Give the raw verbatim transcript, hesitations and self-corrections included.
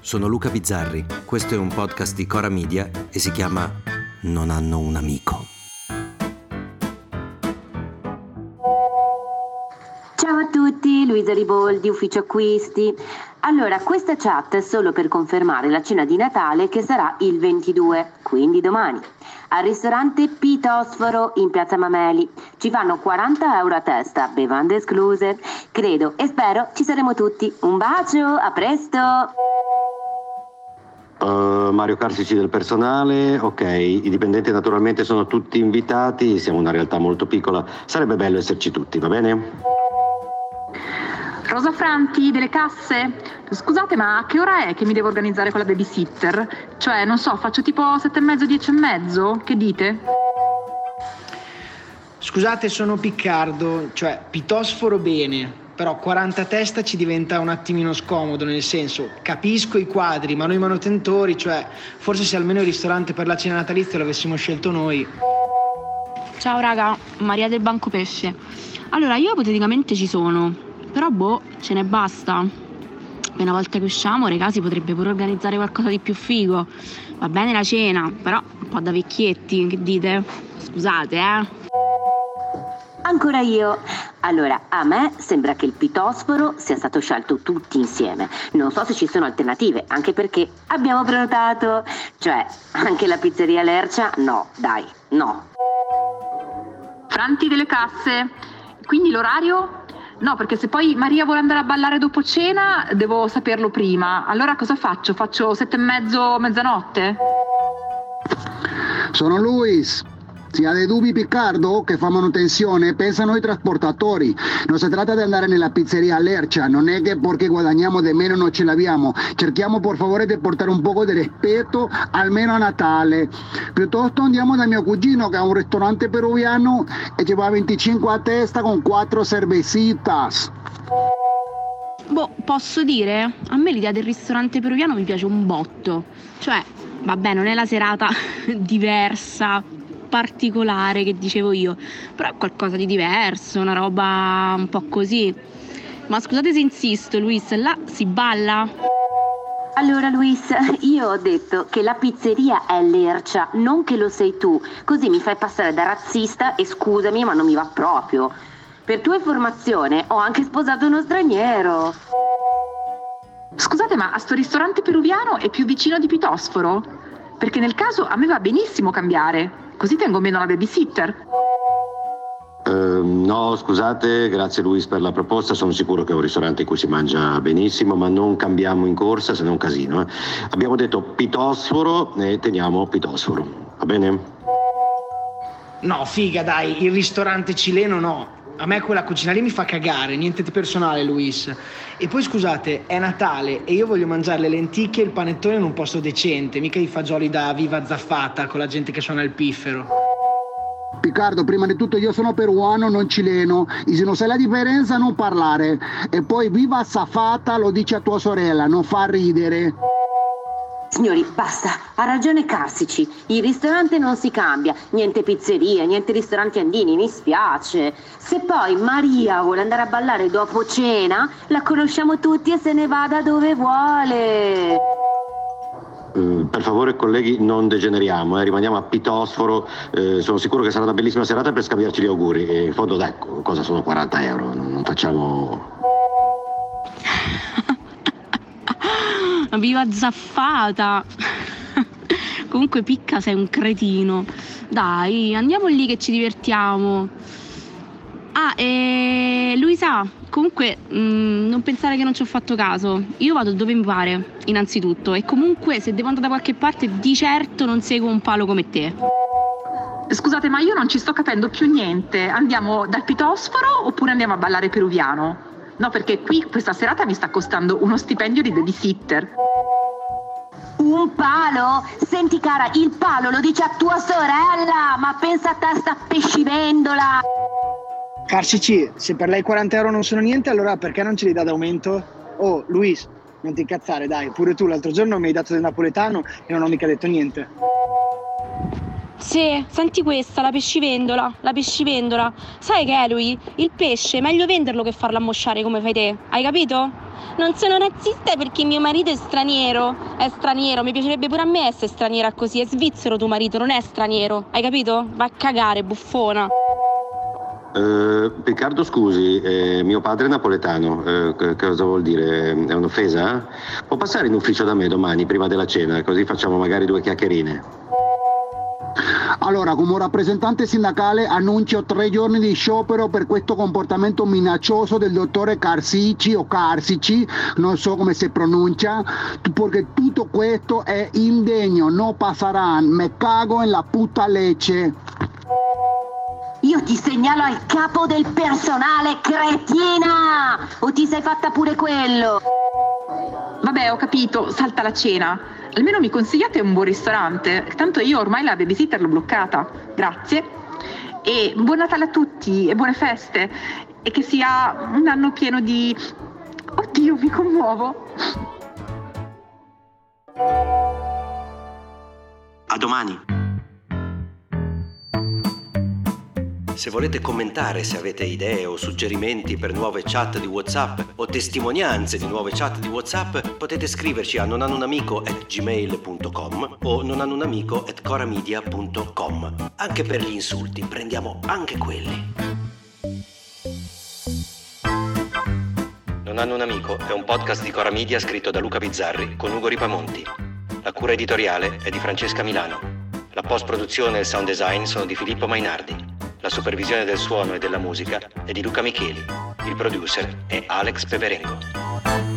sono Luca Bizzarri, questo è un podcast di Cora Media e si chiama Non hanno un amico. Ciao a tutti, Luisa Riboldi, ufficio acquisti. Allora, questa chat è solo per confermare la cena di Natale che sarà il ventidue, quindi domani, al ristorante Pitosforo in Piazza Mameli. Ci fanno quaranta euro a testa, bevande escluse. Credo e spero ci saremo tutti. Un bacio, a presto! Uh, Mario Carsici del personale, ok, i dipendenti naturalmente sono tutti invitati, siamo una realtà molto piccola, sarebbe bello esserci tutti, va bene? Rosa Franti delle casse, scusate ma a che ora è che mi devo organizzare con la babysitter? Cioè non so, faccio tipo sette e mezzo, dieci e mezzo, che dite? Scusate, sono Piccardo, cioè Pitosforo bene, però quaranta testa ci diventa un attimino scomodo, nel senso capisco i quadri ma noi manutentori, cioè forse se almeno il ristorante per la cena natalizia l'avessimo scelto noi. Ciao raga, Maria del Banco Pesce. Allora io ipoteticamente ci sono, però boh, ce ne basta. E una volta che usciamo, regà, si potrebbe pure organizzare qualcosa di più figo. Va bene la cena, però un po' da vecchietti, che dite? Scusate, eh. Ancora io. Allora, a me sembra che il Pitosforo sia stato scelto tutti insieme. Non so se ci sono alternative, anche perché abbiamo prenotato. Cioè, anche la pizzeria Lercia? No, dai, no. Franti delle casse, quindi l'orario? No, perché se poi Maria vuole andare a ballare dopo cena, devo saperlo prima. Allora cosa faccio? Faccio sette e mezzo, mezzanotte? Sono Luis. Si ha dei dubbi Piccardo che fa manutenzione, pensano i trasportatori. Non si tratta di andare nella pizzeria Lercia, non è che perché guadagniamo di meno non ce l'abbiamo. Cerchiamo per favore di portare un po' di rispetto almeno a Natale. Piuttosto andiamo da mio cugino che ha un ristorante peruviano e ci va venticinque a testa con quattro cervecitas. Boh, posso dire? A me l'idea del ristorante peruviano mi piace un botto. Cioè, vabbè, non è la serata diversa, particolare che dicevo io, però è qualcosa di diverso, una roba un po' così. Ma scusate se insisto, Luis, là si balla? Allora Luis, io ho detto che la pizzeria è Lercia, non che lo sei tu, così mi fai passare da razzista e scusami ma non mi va proprio. Per tua informazione ho anche sposato uno straniero. Scusate, ma a sto ristorante peruviano è più vicino di Pitosforo? Perché nel caso a me va benissimo cambiare, così tengo meno la babysitter. Uh, no, scusate, grazie Luis per la proposta, sono sicuro che è un ristorante in cui si mangia benissimo, ma non cambiamo in corsa, se no è un casino. Eh. Abbiamo detto Pitosforo e teniamo Pitosforo, va bene? No, figa dai, il ristorante cileno no. A me quella cucina lì mi fa cagare, niente di personale Luis. E poi scusate, è Natale e io voglio mangiare le lenticchie e il panettone in un posto decente, mica i fagioli da viva zaffata con la gente che suona il piffero. Piccardo, prima di tutto io sono peruano, non cileno, e se non sai la differenza non parlare. E poi viva zaffata lo dice a tua sorella, non fa ridere. Signori, basta, ha ragione Carsici, il ristorante non si cambia, niente pizzeria, niente ristoranti andini, mi spiace. Se poi Maria vuole andare a ballare dopo cena, la conosciamo tutti e se ne vada dove vuole. Uh, per favore colleghi non degeneriamo, eh, rimaniamo a Pitosforo, uh, sono sicuro che sarà una bellissima serata per scambiarci gli auguri e in fondo ecco, cosa sono quaranta euro, non, non facciamo... Viva zaffata! Comunque Picca sei un cretino. Dai, andiamo lì che ci divertiamo. Ah, e Luisa, comunque mh, non pensare che non ci ho fatto caso. Io vado dove mi pare, innanzitutto. E comunque se devo andare da qualche parte di certo non seguo un palo come te. Scusate, ma io non ci sto capendo più niente. Andiamo dal Pitosforo oppure andiamo a ballare peruviano? No, perché qui questa serata mi sta costando uno stipendio di babysitter. Un palo? Senti cara, il palo lo dice a tua sorella, ma pensa a te sta pescivendola. Carsici, se per lei quaranta euro non sono niente, allora perché non ce li dà d'aumento? Oh, Luis, non ti incazzare, dai, pure tu l'altro giorno mi hai dato del napoletano e non ho mica detto niente. Sì, senti questa, la pescivendola, la pescivendola. Sai che è lui? Il pesce, meglio venderlo che farlo ammosciare come fai te, hai capito? Non sono razzista perché mio marito è straniero. È straniero, mi piacerebbe pure a me essere straniera così. È svizzero tuo marito, non è straniero. Hai capito? Va a cagare, buffona. Eh, Riccardo, scusi, eh, mio padre è napoletano, eh, che cosa vuol dire? È un'offesa? Può passare in ufficio da me domani prima della cena, così facciamo magari due chiacchierine. Allora, come rappresentante sindacale annuncio tre giorni di sciopero per questo comportamento minaccioso del dottore Carsici o Carsici, non so come si pronuncia, perché tutto questo è indegno, no pasarán, me cago en la puta leche. Io ti segnalo al capo del personale, cretina! O ti sei fatta pure quello? Vabbè, ho capito, salta la cena. Almeno mi consigliate un buon ristorante. Tanto io ormai la babysitter l'ho bloccata. Grazie. E buon Natale a tutti e buone feste. E che sia un anno pieno di... Oddio, mi commuovo. A domani. Se volete commentare, se avete idee o suggerimenti per nuove chat di WhatsApp o testimonianze di nuove chat di WhatsApp, potete scriverci a nonhannounamico at gmail punto com o nonhannounamico at coramedia punto com. Anche per gli insulti, prendiamo anche quelli. Non hanno un amico è un podcast di Cora Media scritto da Luca Bizzarri con Ugo Ripamonti. La cura editoriale è di Francesca Milano. La post-produzione e il sound design sono di Filippo Mainardi. La supervisione del suono e della musica è di Luca Micheli. Il producer è Alex Peverengo.